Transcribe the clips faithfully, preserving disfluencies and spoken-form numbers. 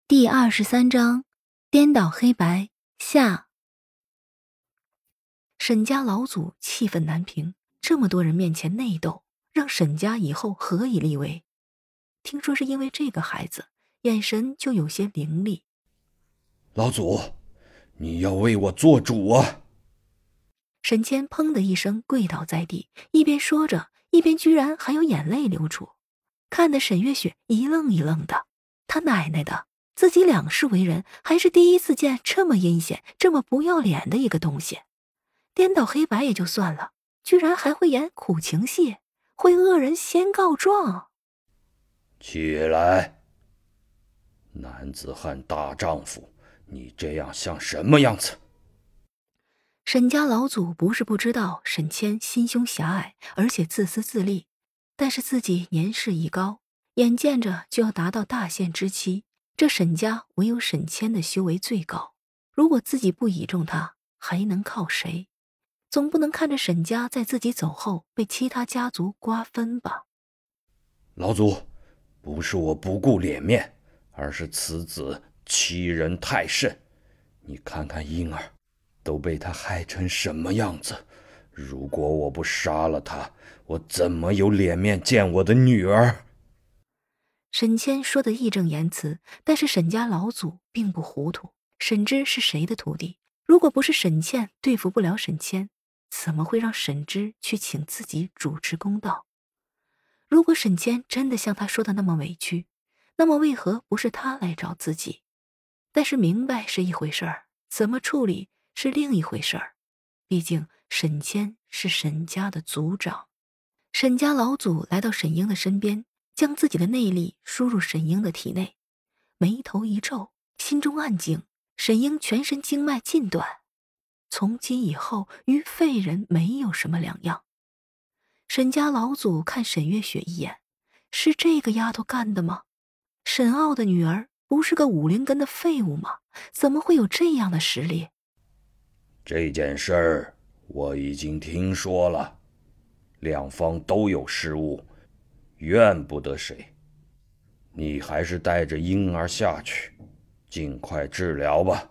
第二十三章颠倒黑白下。沈家老祖气愤难平，这么多人面前内斗，让沈家以后何以立威？听说是因为这个孩子，眼神就有些凌厉。 老祖，你要为我做主啊！ 沈谦砰的一声跪倒在地，一边说着，一边居然还有眼泪流出，看得沈月雪一愣一愣的。他奶奶的，自己两世为人，还是第一次见这么阴险、这么不要脸的一个东西。颠倒黑白也就算了，居然还会演苦情戏，会恶人先告状。 起来，男子汉大丈夫，你这样像什么样子？ 沈家老祖不是不知道沈谦心胸狭隘，而且自私自利，但是自己年事已高，眼见着就要达到大限之期，这沈家唯有沈谦的修为最高，如果自己不倚重他，还能靠谁？总不能看着沈家在自己走后被其他家族瓜分吧。 老祖，不是我不顾脸面，而是此子欺人太甚。你看看婴儿都被他害成什么样子，如果我不杀了他，我怎么有脸面见我的女儿？ 沈谦说的义正言辞，但是沈家老祖并不糊涂。沈芝是谁的徒弟？如果不是沈倩对付不了沈谦，怎么会让沈芝去请自己主持公道？如果沈谦真的像他说的那么委屈，那么为何不是他来找自己？但是明白是一回事儿，怎么处理是另一回事儿。毕竟沈谦是沈家的族长。沈家老祖来到沈英的身边，将自己的内力输入沈英的体内，眉头一皱，心中暗警：沈英全身经脉尽断，从今以后与废人没有什么两样。沈家老祖看沈月雪一眼，是这个丫头干的吗？沈傲的女儿不是个五灵根的废物吗？怎么会有这样的实力？ 这件事儿我已经听说了，两方都有失误，怨不得谁。你还是带着婴儿下去，尽快治疗吧。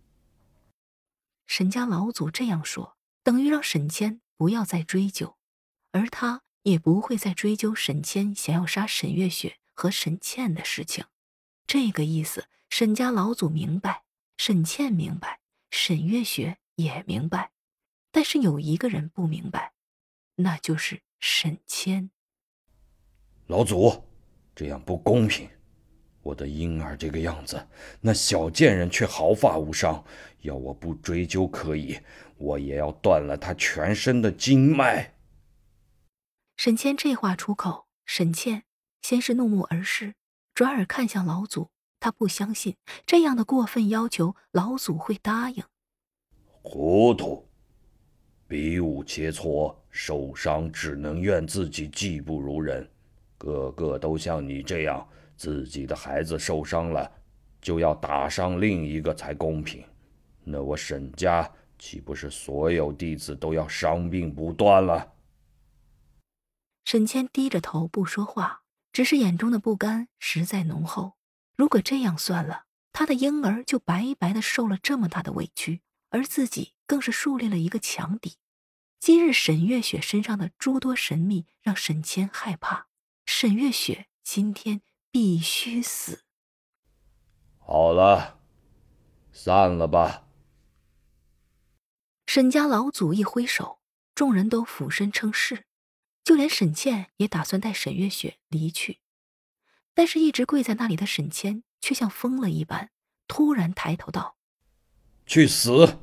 沈家老祖这样说，等于让沈谦不要再追究，而他也不会再追究沈谦想要杀沈月雪和沈倩的事情。这个意思，沈家老祖明白，沈倩明白，沈月雪也明白，但是有一个人不明白，那就是沈谦。 老祖，这样不公平。我的婴儿这个样子，那小贱人却毫发无伤，要我不追究可以，我也要断了他全身的经脉。 沈谦这话出口，沈倩先是怒目而视，转而看向老祖，他不相信这样的过分要求老祖会答应。 糊涂，比武切磋，受伤只能怨自己技不如人，个个都像你这样，自己的孩子受伤了，就要打伤另一个才公平。那我沈家岂不是所有弟子都要伤病不断了？ 沈谦低着头不说话，只是眼中的不甘实在浓厚。如果这样算了，他的婴儿就白白的受了这么大的委屈，而自己更是树立了一个强敌。今日沈月雪身上的诸多神秘让沈谦害怕，沈月雪今天必须死。 好了，散了吧。 沈家老祖一挥手，众人都俯身称是，就连沈倩也打算带沈月雪离去。但是一直跪在那里的沈谦却像疯了一般，突然抬头道： 去死！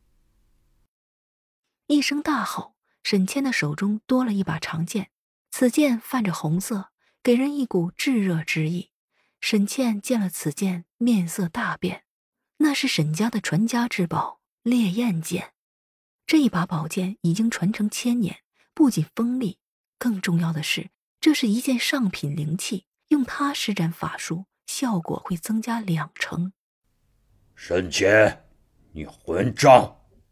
一声大吼，沈谦的手中多了一把长剑，此剑泛着红色，给人一股炙热之意。沈倩见了此剑，面色大变，那是沈家的传家之宝烈焰剑。这一把宝剑已经传承千年，不仅锋利，更重要的是，这是一件上品灵器，用它施展法术，效果会增加两成。 沈谦，你混账！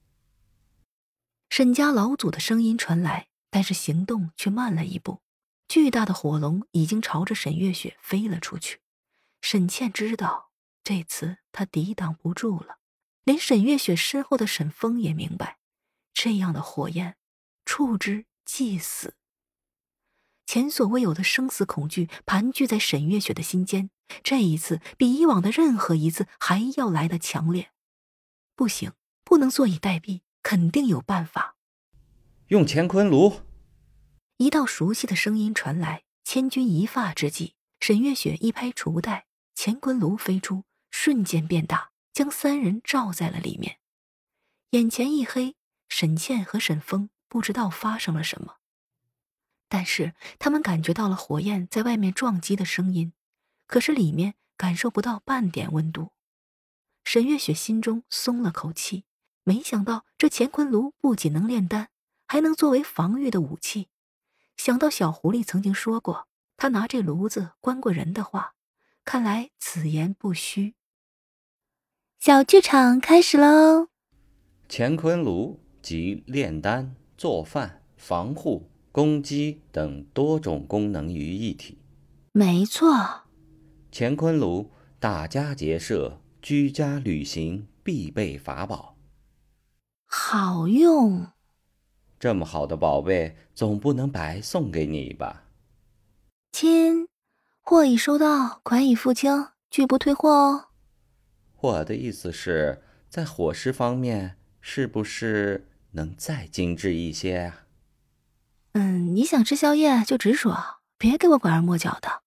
沈家老祖的声音传来，但是行动却慢了一步。巨大的火龙已经朝着沈月雪飞了出去。沈倩知道这次他抵挡不住了。连沈月雪身后的沈风也明白，这样的火焰，触之即死。前所未有的生死恐惧盘踞在沈月雪的心间，这一次比以往的任何一次还要来得强烈。不行，不能坐以待毙，肯定有办法。 用乾坤炉。 一道熟悉的声音传来，千钧一发之际，沈月雪一拍除带，乾坤炉飞出，瞬间变大，将三人罩在了里面。眼前一黑，沈倩和沈风不知道发生了什么，但是他们感觉到了火焰在外面撞击的声音，可是里面感受不到半点温度。沈月雪心中松了口气，没想到这乾坤炉不仅能炼丹，还能作为防御的武器。想到小狐狸曾经说过他拿这炉子关过人的话，看来此言不虚。小剧场开始喽！ 乾坤炉集炼丹、做饭、防护、攻击等多种功能于一体。 没错， 乾坤炉大家结社，居家旅行必备法宝。 好用。 这么好的宝贝，总不能白送给你吧？ 亲，货已收到，款已付清，拒不退货哦。 我的意思是，在伙食方面，是不是能再精致一些啊？ 嗯，你想吃宵夜就直说，别给我拐弯抹角的。